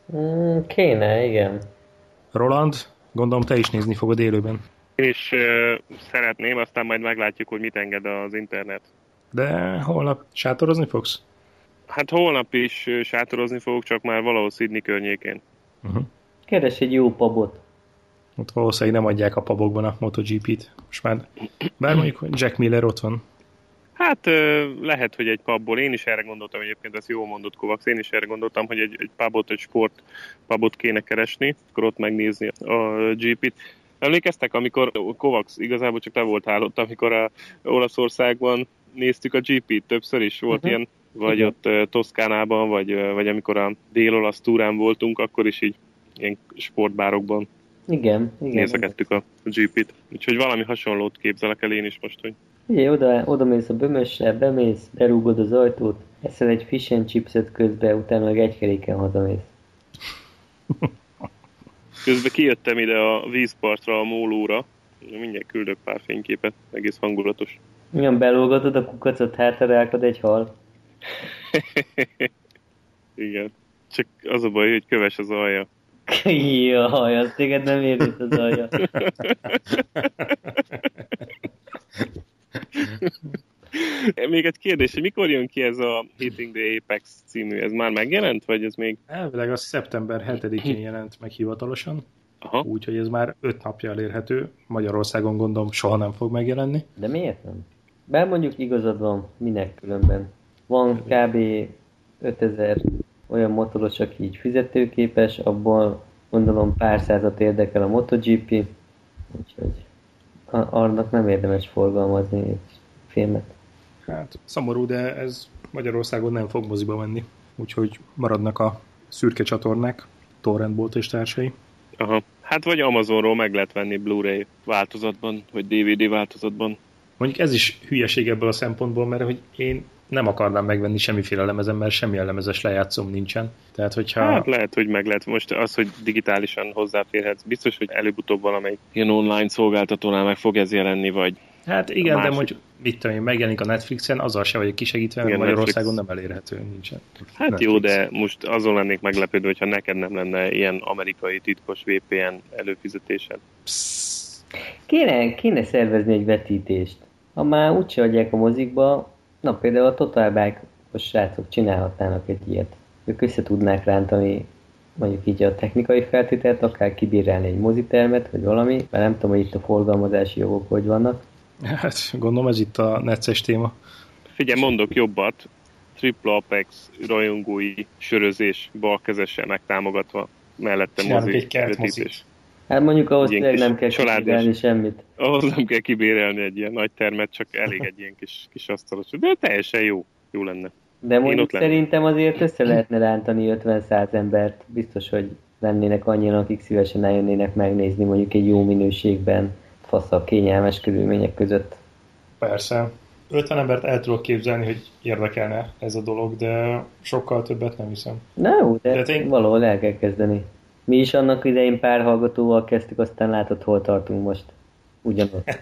Kéne, igen. Roland, gondolom te is nézni fogod élőben. Én is szeretném, aztán majd meglátjuk, hogy mit enged az internet. De holnap sátorozni fogsz? Hát holnap is sátorozni fogok, csak már valahol Sydney környékén. Keres egy jó pubot. Ott valószínűleg nem adják a pubokban a MotoGP-t. Most már, bár mondjuk Jack Miller ott van. Hát lehet, hogy egy pubból. Én is erre gondoltam, egyébként ezt jól mondott Kovacs. Én is erre gondoltam, hogy egy pubot, egy sport pubot kéne keresni, akkor ott megnézni a GP-t. Emlékeztek, amikor Kovacs, igazából csak te voltál ott, amikor a Olaszországban néztük a GP-t, többször is volt ilyen, vagy ott Toszkánában, vagy amikor a dél-olasz túrán voltunk, akkor is így ilyen sportbárokban nézegettük a GP-t. Úgyhogy valami hasonlót képzelek el én is most, hogy... Ugye, oda mész a bömössel, bemész, berúgod az ajtót, eszel egy fish and chipset közben, utána meg egy keréken hazamész. Közben kijöttem ide a vízpartra, a mólóra, mindjárt küldök pár fényképet, egész hangulatos. Igen, belógatod a kukacot, hátra rákad egy hal. Igen, csak az a baj, hogy köves az alja. Jaj, az téged nem érint az alja. Még egy kérdés, hogy mikor jön ki ez a Hitting the Apex című? Ez már megjelent, vagy ez még? Elvileg az szeptember 7-én jelent meg hivatalosan, Aha. úgyhogy ez már 5 napja elérhető. Magyarországon gondolom soha nem fog megjelenni. De miért nem? Bár mondjuk igazad van, minek különben. Van kb. 5000 olyan motoros, aki így fizetőképes, abból gondolom pár százat érdekel a MotoGP, úgyhogy annak nem érdemes forgalmazni egy filmet. Hát szomorú, de ez Magyarországon nem fog moziba menni, úgyhogy maradnak a szürke csatornák, torrentbolt és társai. Aha. Hát vagy Amazonról meg lehet venni Blu-ray változatban, vagy DVD változatban. Mondjuk ez is hülyeség ebből a szempontból, mert hogy én nem akarnám megvenni semmiféle lemezen, mert semmilyen lemezes lejátszom nincsen. Tehát, hogyha... Hát lehet, hogy meg lehet. Most az, hogy digitálisan hozzáférhetsz, biztos, hogy előbb-utóbb valamelyik ilyen online szolgáltatónál meg fog ez jelenni, vagy... Hát igen, de mondjuk, mit tudom én, megjelenik a Netflixen, azzal se vagyok kisegítve, mert Magyarországon nem elérhető, nincsen. Hát Netflix. jó, de most azon lennék meglepődve, hogyha neked nem lenne ilyen amerikai titkos VPN előfizetésed. Kéne szervezni egy vetítést. Ha már úgyse adják a mozikba, na például a Total Bike-os srácok csinálhatnának egy ilyet. Ők össze tudnák rántani mondjuk így a technikai feltételt, akár kibírálni egy mozitermet, vagy valami, mert nem tudom, hogy itt a forgalmazási jogok hogy vannak. Hát gondolom ez itt a necces téma. Figyelj, mondok jobbat. Triple Apex rajongói sörözés balkezessel megtámogatva mellette Csinálunk mozi egy kertmozit. Hát mondjuk ahhoz Ilyen tényleg kis nem kell családos- kibírálni semmit. Ahhoz nem kell kibérelni egy ilyen nagy termet, csak elég egy ilyen kis asztalos. De teljesen jó lenne. De mondjuk ott lennék. szerintem azért össze lehetne rántani 50-100 embert. Biztos, hogy lennének annyian, akik szívesen eljönnének megnézni mondjuk egy jó minőségben, faszabb, kényelmes körülmények között. Persze. 50 embert el tudok képzelni, hogy érdekelne ez a dolog, de sokkal többet nem hiszem. Na jó, de Tehát én- valahol el kell kezdeni. Mi is annak idején pár hallgatóval kezdtük, aztán látod, hol tartunk most. Ugyanott.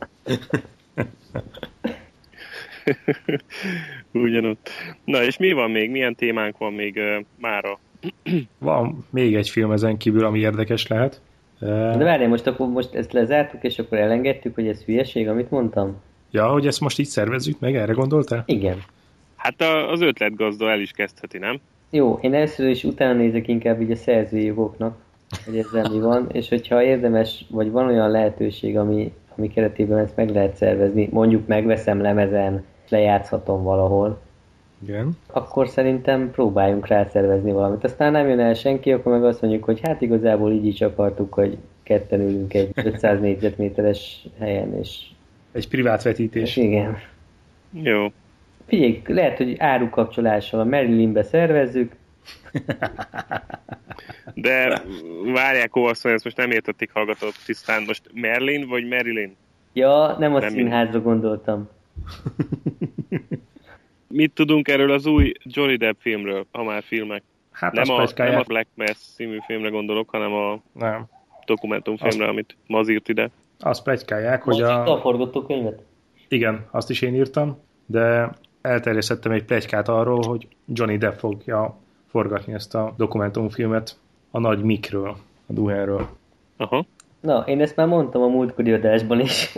Ugyanott. Na és mi van még? Milyen témánk van még mára? Van még egy film ezen kívül, ami érdekes lehet. De várjál, most ezt lezártuk, és akkor elengedtük, hogy ez hülyeség, amit mondtam? Ja, hogy ezt most így szervezzük meg, erre gondoltál? Igen. Hát az ötletgazda el is kezdheti, nem? Jó, én először is utána nézek inkább így a szerzői jogoknak, hogy ezzel mi van, és hogyha érdemes, vagy van olyan lehetőség, ami keretében ezt meg lehet szervezni, mondjuk megveszem lemezen, lejátszhatom valahol, Igen. akkor szerintem próbáljunk rászervezni valamit. Aztán nem jön el senki, akkor meg azt mondjuk, hogy hát igazából így is akartuk, hogy ketten ülünk egy 500 négyzetméteres helyen, és Egy privát vetítés. igen. Jó. Figyelj, lehet, hogy árukapcsolással a Marylandbe szervezzük. De várják, azt mondja, ezt most nem értették hallgatók tisztán. Most Merlin vagy Marilyn? Ja, nem a Nem színházra gondoltam. Mit tudunk erről az új Johnny Depp filmről, ha már filmek? Hát Nem azt a nem Black Mass című filmre gondolok, hanem a Nem. dokumentumfilmre, amit Maz írt ide. Azt pletykálják, hogy Most a a... forgatókönyvet? Igen, azt is én írtam, de elterjesztettem egy pletykát arról, hogy Johnny Depp fogja forgatni ezt a dokumentumfilmet a nagy Mikről, a Duhenről. Aha. Na, én ezt már mondtam a múltkori adásban is.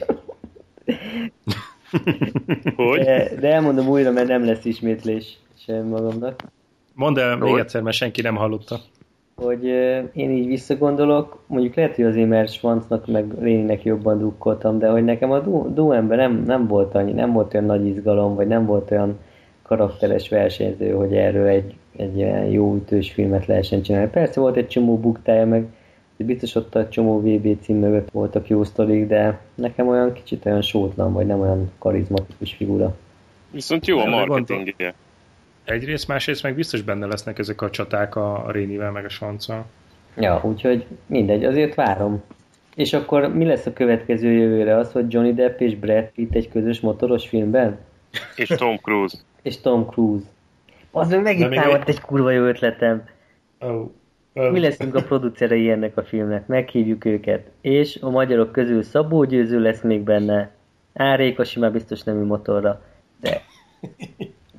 Hogy? De elmondom újra, mert nem lesz ismétlés sem magamnak. Mondd el még Hogy? egyszer, mert senki nem hallotta. Hogy én így visszagondolok, mondjuk lehet, hogy azért, mert Schwanznak meg Léninek jobban drukkoltam, de hogy nekem a Duenben nem volt annyi, nem volt olyan nagy izgalom, vagy nem volt olyan karakteres versenyző, hogy erről egy ilyen jó ütős filmet lehessen csinálni. Persze volt egy csomó buktája, meg biztos ott a csomó VB cím mögött voltak jó sztorik, de nekem olyan kicsit olyan sótlan, vagy nem olyan karizmatikus figura. Viszont jó a Nem, de marketingje. Egyrészt, másrészt meg biztos benne lesznek ezek a csaták a Rénivel, meg a Svanccal. Ja, úgyhogy mindegy, azért várom. És akkor mi lesz a következő jövőre? Az, hogy Johnny Depp és Brad Pitt egy közös motoros filmben? És Tom Cruise. És Tom Cruise. Az meg megint még támadt egy kurva jó ötletem. Mi leszünk a producerei ennek a filmnek, meghívjuk őket. És a magyarok közül Szabó Győző lesz még benne. Árékosi már biztos nem ül motorra. De...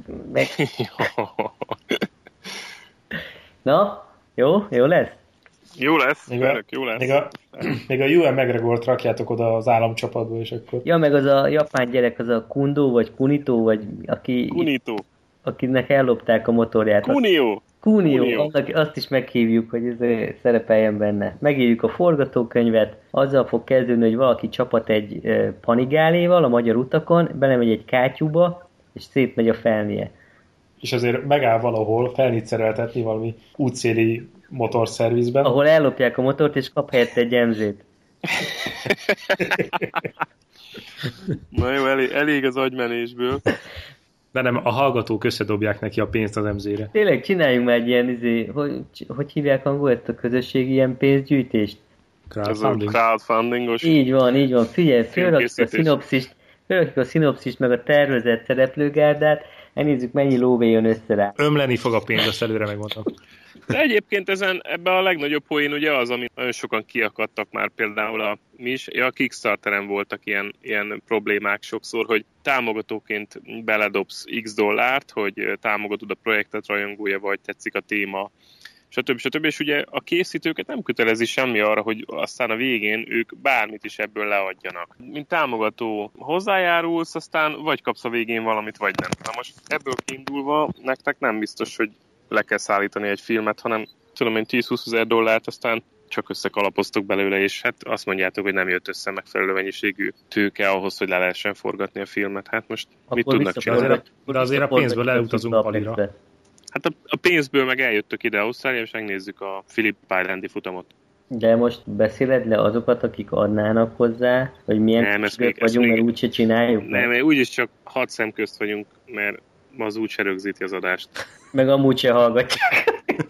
Na, jó lesz? Jó lesz, Még jó lesz. még a Ewan McGregort rakjátok oda az államcsapatba, és akkor... Ja, meg az a japán gyerek, az a Kundo, vagy Kunito, vagy Kunito. akinek ellopták a motorját. Kunio. Azt is meghívjuk, hogy ez szerepeljen benne. Megírjuk a forgatókönyvet, azzal fog kezdődni, hogy valaki csapat egy panigáléval a magyar utakon, belemegy egy kátyúba, és szétmegy a felnie. És azért megáll valahol felnit szereltetni valami útszéli motorszervizben. Ahol ellopják a motort, és kap helyette egy emzét. Na jó, elég az agymenésből. De nem, a hallgatók összedobják neki a pénzt az emzére. Tényleg csináljunk már egy ilyen, hogy hívják angol ezt a közösségi ilyen pénzgyűjtést? Crowdfundingos. Így van. Figyelj, fölrakjuk a szinopszist, meg a tervezett szereplőgárdát, megnézzük, mennyi lóvé jön össze rá. Ömleni fog a pénz, azt előre megmondom. De egyébként ebben a legnagyobb poén ugye az, amit nagyon sokan kiakadtak már, például a Kickstarteren voltak ilyen problémák sokszor, hogy támogatóként beledobsz x dollárt, hogy támogatod a projektet, rajongója vagy, tetszik a téma, stb. És ugye a készítőket nem kötelezi semmi arra, hogy aztán a végén ők bármit is ebből leadjanak. Mint támogató hozzájárulsz, aztán vagy kapsz a végén valamit, vagy nem. Na most ebből kiindulva nektek nem biztos, hogy le kell szállítani egy filmet, hanem tudom én 10-20 ezer dollárt, aztán csak összekalapoztok belőle, és hát azt mondjátok, hogy nem jött össze megfelelő mennyiségű tőke ahhoz, hogy le lehessen forgatni a filmet. Hát most akkor mit tudnak csinálni? De azért a pénzből elutazunk Palira. Hát a pénzből meg eljöttök ide Ausztrália, és megnézzük a Phillip Islandi futamot. De most beszéled le azokat, akik adnának hozzá, hogy milyen vagyunk, mert úgyse csináljuk? Nem, úgyis csak 6 szem közt vagyunk, mert az úgyse rögzíti az adást. Meg amúgy se hallgatják.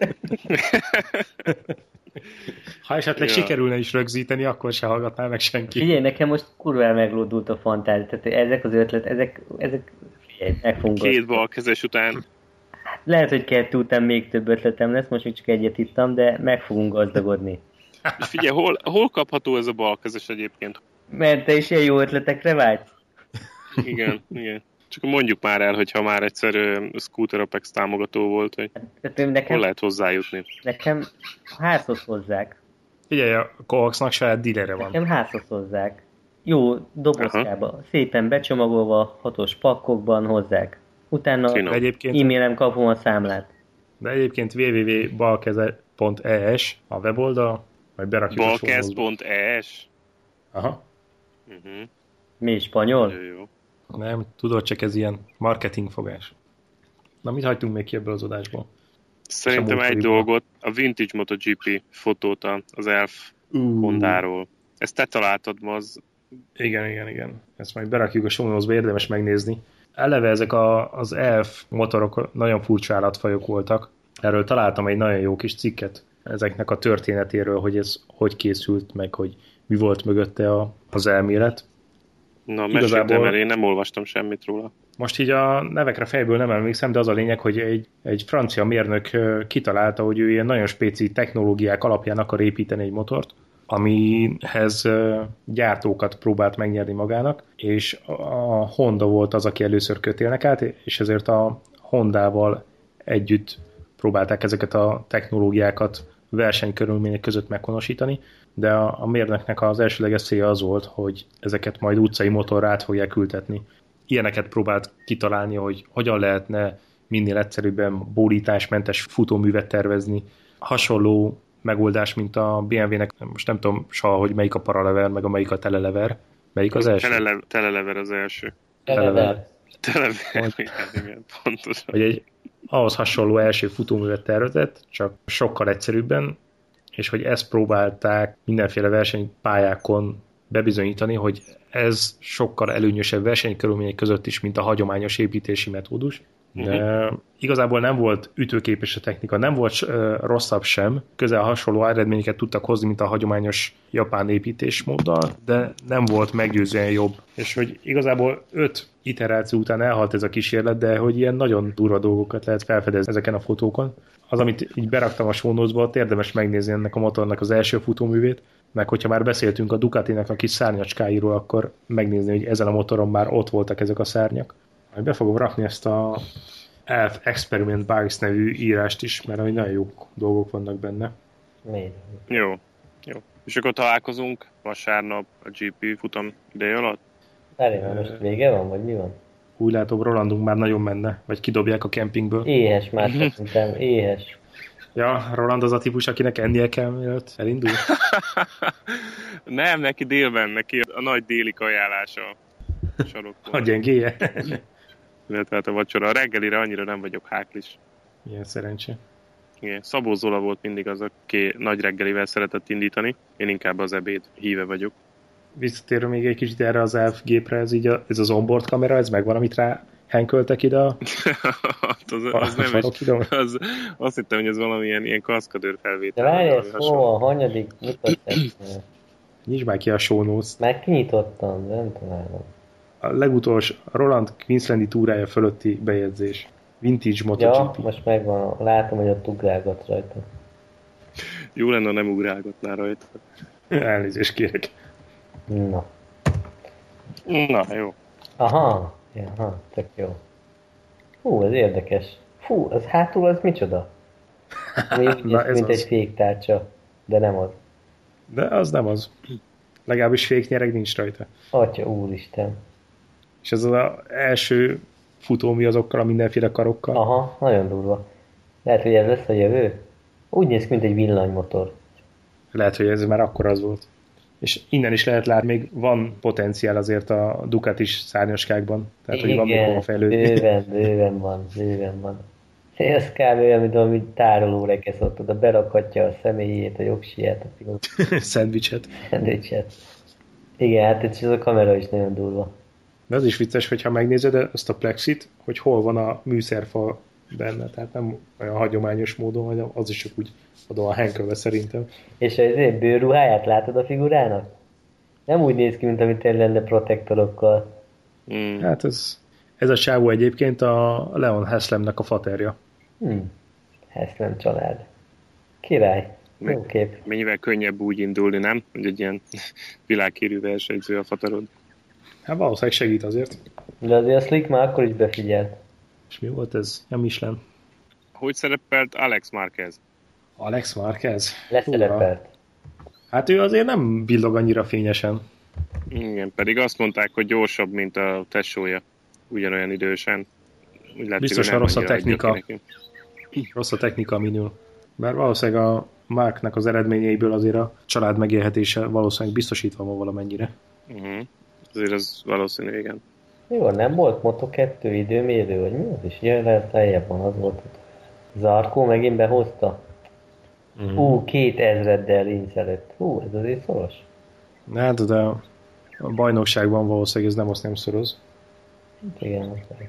Ha esetleg sikerülne is rögzíteni, akkor se hallgatná meg senki. Figyelj, nekem most kurvára meglódult a fantázia. Tehát ezek az ötlet, ezek figyelj, megfogunk. 2 balkezes után. Lehet, hogy 2 után még több ötletem lesz, most még csak egyet ittam, de meg fogunk gazdagodni. És figyelj, hol kapható ez a balkezes egyébként? Mert te is ilyen jó ötletekre vágysz? Igen. Csak mondjuk már el, hogyha már egyszer Scooter Apex támogató volt, hogy hol lehet hozzájutni. Nekem házhoz hozzák. Figyelj, a Coaxnak saját dealere van. Nekem házhoz hozzák. Jó dobozkába, szépen becsomagolva, 6-os pakkokban hozzák. Utána e-mailem kapom a számlát. De egyébként www.balkeze.es a weboldal, majd berakjuk a balkez.es? Aha. Mi, spanyol? Jó. Nem, tudod, csak ez ilyen marketingfogás. Na, mit hagytunk még ki ebből az adásból? Szerintem egy dolgot, a Vintage MotoGP fotót az Elf Hondáról. Ezt te találtad ma az... Igen. Ezt majd berakjuk a show notes-ba, érdemes megnézni. Eleve ezek az Elf motorok nagyon furcsa állatfajok voltak. Erről találtam egy nagyon jó kis cikket ezeknek a történetéről, hogy ez hogy készült, meg hogy mi volt mögötte az elmélet. Na, meséltem, mert én nem olvastam semmit róla. Most így a nevekre fejből nem emlékszem, de az a lényeg, hogy egy francia mérnök kitalálta, hogy ő ilyen nagyon spéci technológiák alapján akar építeni egy motort, amihez gyártókat próbált megnyerni magának, és a Honda volt az, aki először kötélnek át, és ezért a Hondával együtt próbálták ezeket a technológiákat versenykörülmények között meghonosítani, de a mérnöknek az elsőleges célja az volt, hogy ezeket majd utcai motorra át fogják ültetni. Ilyeneket próbált kitalálni, hogy hogyan lehetne minél egyszerűbben bólításmentes futóművet tervezni. Hasonló megoldás, mint a BMW-nek, most nem tudom soha, hogy melyik a paralever, meg a melyik a telelever. Melyik az első? Telelever az első. Telever, igen, pontosan. Hogy ahhoz hasonló első futóművet tervezett, csak sokkal egyszerűbben, és hogy ezt próbálták mindenféle versenypályákon bebizonyítani, hogy ez sokkal előnyösebb versenykörülmények között is, mint a hagyományos építési metódus. De igazából nem volt ütőképes a technika, nem volt rosszabb sem, közel hasonló eredményeket tudtak hozni, mint a hagyományos japán építésmóddal, de nem volt meggyőzően jobb. És hogy igazából 5 iteráció után elhalt ez a kísérlet, de hogy ilyen nagyon durva dolgokat lehet felfedezni ezeken a fotókon. Az, amit így beraktam a show notes-ba, érdemes megnézni ennek a motornak az első futóművét, meg hogyha már beszéltünk a Ducatinek a kis szárnyacskáiról, akkor megnézni, hogy ezen a motoron már ott voltak ezek a szárnyak. Be fogom rakni ezt a Elf Experiment Bugs nevű írást is, mert nagyon jó dolgok vannak benne. Miért? Jó. És akkor találkozunk vasárnap a GP futam ideje alatt? Várj, már most vége van, vagy mi van? Úgy látom, Rolandunk már nagyon menne, vagy kidobják a kempingből. Éhes már szerintem, éhes. Ja, Roland az a típus, akinek ennie kell, mielőtt elindul. Nem, neki délben, neki a nagy déli kajálása a sarokból. A gyengéje. Illetve hát a vacsora. A reggelire annyira nem vagyok háklis. Ilyen szerencsé. Igen, Szabó Zola volt mindig az, aki nagy reggelivel szeretett indítani. Én inkább az ebéd híve vagyok. Visszatérve még egy kicsit erre az ELF gépre, ez az onboard kamera, ez megvan, amit rá henköltek ide a... az nem egy, azt hittem, hogy ez valamilyen ilyen kaszkadőr felvétel. De várj, ez hol, hanyadik, mit tettem? Nyisd már ki a show notes. Már kinyitottam, de nem találom. A legutolsó Roland Queenslandi túrája fölötti bejegyzés. Vintage MotoGP. Ja, most megvan, látom, hogy ott ugrálgat rajta. Jó lenne, nem ugrálgatná rajta. Elnézést kérek. Na, jó. Aha, tök jó. Hú, ez érdekes. Fú, az hátul az micsoda? Mint egy féktárcsa, de nem az. De az nem az. Legalábbis féknyereg nincs rajta. Atya úristen. És ez az első futómű azokkal a mindenféle karokkal. Aha, nagyon durva. Lehet, hogy ez lesz a jövő? Úgy néz ki, mint egy villanymotor. Lehet, hogy ez már akkor az volt. És innen is lehet látni, még van potenciál azért a Ducatis szárnyaskákban. Tehát, igen, hogy van még hova fejlődni. bőven van. Ez kb. Olyan, mint ami tárolóreket ott oda berakhatja a személyét, a jogsiját, a pilót. Szendvicset. Igen, hát ez a kamera is nagyon durva. De az is vicces, hogyha megnézed ezt a plexit, hogy hol van a műszerfal benne. Tehát nem olyan hagyományos módon, hanem az is csak úgy adom a henkölve szerintem. És az bőrruháját látod a figurának? Nem úgy néz ki, mint amit lenne protektorokkal. Hát ez a csávó egyébként a Leon Haslemnek a faterja. Haslem család. Király. Jó kép. Mennyivel könnyebb úgy indulni, nem? Hogy egy ilyen világhírű versenyző a faterod. Hát valószínűleg segít azért. De azért a Slick már akkor is befigyelt. És mi volt ez? A Michelin. Hogy szerepelt Alex Marquez? Alex Marquez? Leszerepelt. Hát ő azért nem villog annyira fényesen. Igen, pedig azt mondták, hogy gyorsabb, mint a tesója. Ugyanolyan idősen. Biztos a rossz a technika. Rossz a technika minül. Mert valószínűleg a Marknak az eredményeiből azért a család megélhetése valószínűleg biztosítva van valamennyire. Azért az valószínű, igen. Jó, nem volt Moto2 időmérő, vagy mi az is? Jön, lejjebb van, az volt. Zarkó megint behozta. 2000-del Linz előtt. Ez azért szoros. Hát, de a bajnokságban valószínűleg ez nem szoroz. Igen,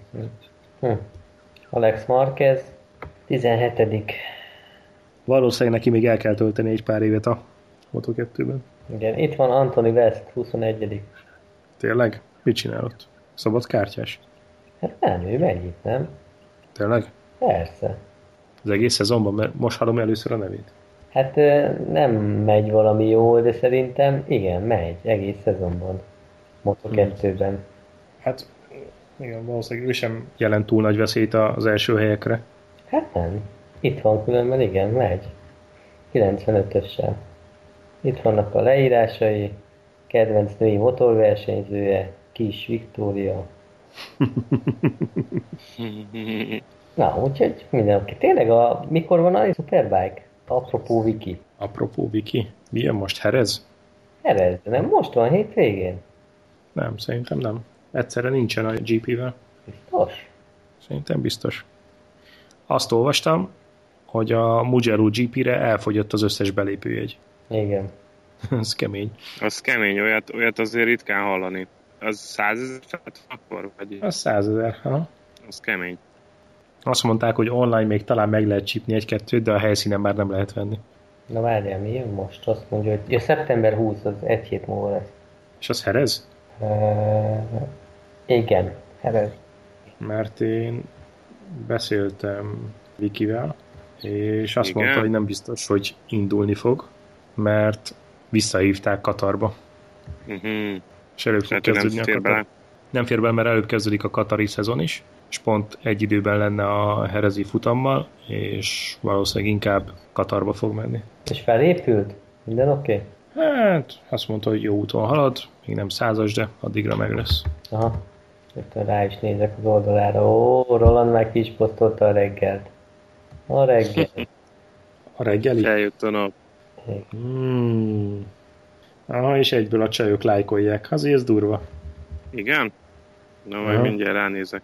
Alex Marquez, 17. Valószínűleg neki még el kell tölteni egy pár évet a Moto2-ben. Igen, itt van Anthony West, 21. Tényleg? Mit csinál ott? Szabad kártyás? Hát nem, ő mennyit, nem? Tényleg? Persze. Az egész szezonban, mert most hallom először a nevét. Hát nem megy valami jól, de szerintem igen, megy, egész szezonban. Moto2-ben. Hát igen, valószínűleg ő sem jelent túl nagy veszélyt az első helyekre. Hát nem. Itt van különben, igen, megy. 95-össel. Itt vannak a leírásai, kedvenc női motorversenyzője, Kis Viktória. Na, úgyhogy mindenki. Tényleg, mikor van a Superbike? Apropó Viki. Apropó Viki? Milyen most? Jerez? Jerez, de nem most van, hétvégén? Nem, szerintem nem. Egyszerre nincsen a GP-vel. Biztos? Szerintem biztos. Azt olvastam, hogy a Mugello GP-re elfogyott az összes belépőjegy. Igen. Ez kemény. Az kemény, olyat azért ritkán hallani. Az 100 000 akkor? Vagy... Az 100 000, ha. Az kemény. Azt mondták, hogy online még talán meg lehet csípni egy-kettőt, de a helyszínen már nem lehet venni. Na várjál, mi jön most? Azt mondja, hogy szeptember 20, az egy hét múlva lesz. És az Jerez? Igen, Jerez. Mert én beszéltem Vikivel, és azt mondta, hogy nem biztos, hogy indulni fog, mert visszahívták Katarba. És előbb fog kezdődni a Katar. Nem fér bele, mert előbb kezdődik a katari szezon is, és pont egy időben lenne a herezi futammal, és valószínűleg inkább Katarba fog menni. És felépült? Minden oké? Hát, azt mondta, hogy jó úton halad, még nem 100-as, de addigra meg lesz. Aha. Rögtön rá is nézek az oldalára. Ó, Roland már ki is posztolta a reggelt. A reggel. A reggeli? Eljött a nap. Aha, és egyből a csajok lájkolják. Azért ez durva. Igen? Na, majd mindjárt ránézek.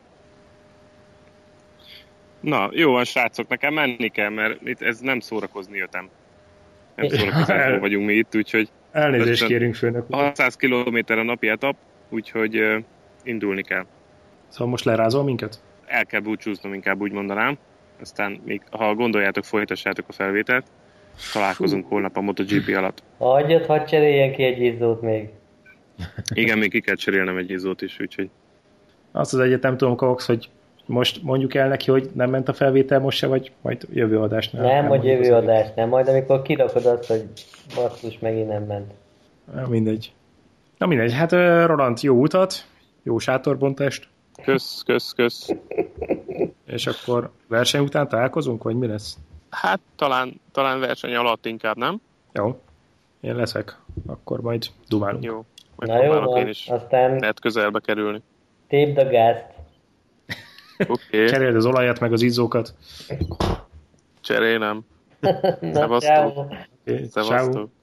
Na, jó van, srácok, nekem menni kell, mert itt ez nem szórakozni jöttem. Nem szórakozásból vagyunk mi itt, úgyhogy... Elnézést kérünk, főnök. 600 km a napi etap, úgyhogy indulni kell. Szóval most lerázol minket? El kell búcsúznom, inkább úgy mondanám. Aztán még, ha gondoljátok, folytassátok a felvételt. Találkozunk holnap a MotoGP alatt. Hagyjad, hadd cseréljen ki egy izzót még. Igen, még ki kell cserélnem egy izzót is, úgyhogy... Azt az egyet nem tudom, Cox, hogy most mondjuk el neki, hogy nem ment a felvétel most se, vagy majd jövő adásnál? Nem, hogy jövő adásnál, majd amikor kirakod azt, hogy basszus, megint nem ment. Mindegy. Na mindegy, hát Roland, jó utat, jó sátorbontást. Kösz. És akkor verseny után találkozunk, vagy mi lesz? Hát talán verseny alatt inkább, nem? Jó, én leszek, akkor majd dumálunk. Jó, majd na jó próbálok van, én is aztán lehet közelbe kerülni. tépd a gázt. Oké. Cseréld az olajat, meg az izzókat. Cserélem. Na, ciao. Okay, Szevasztok.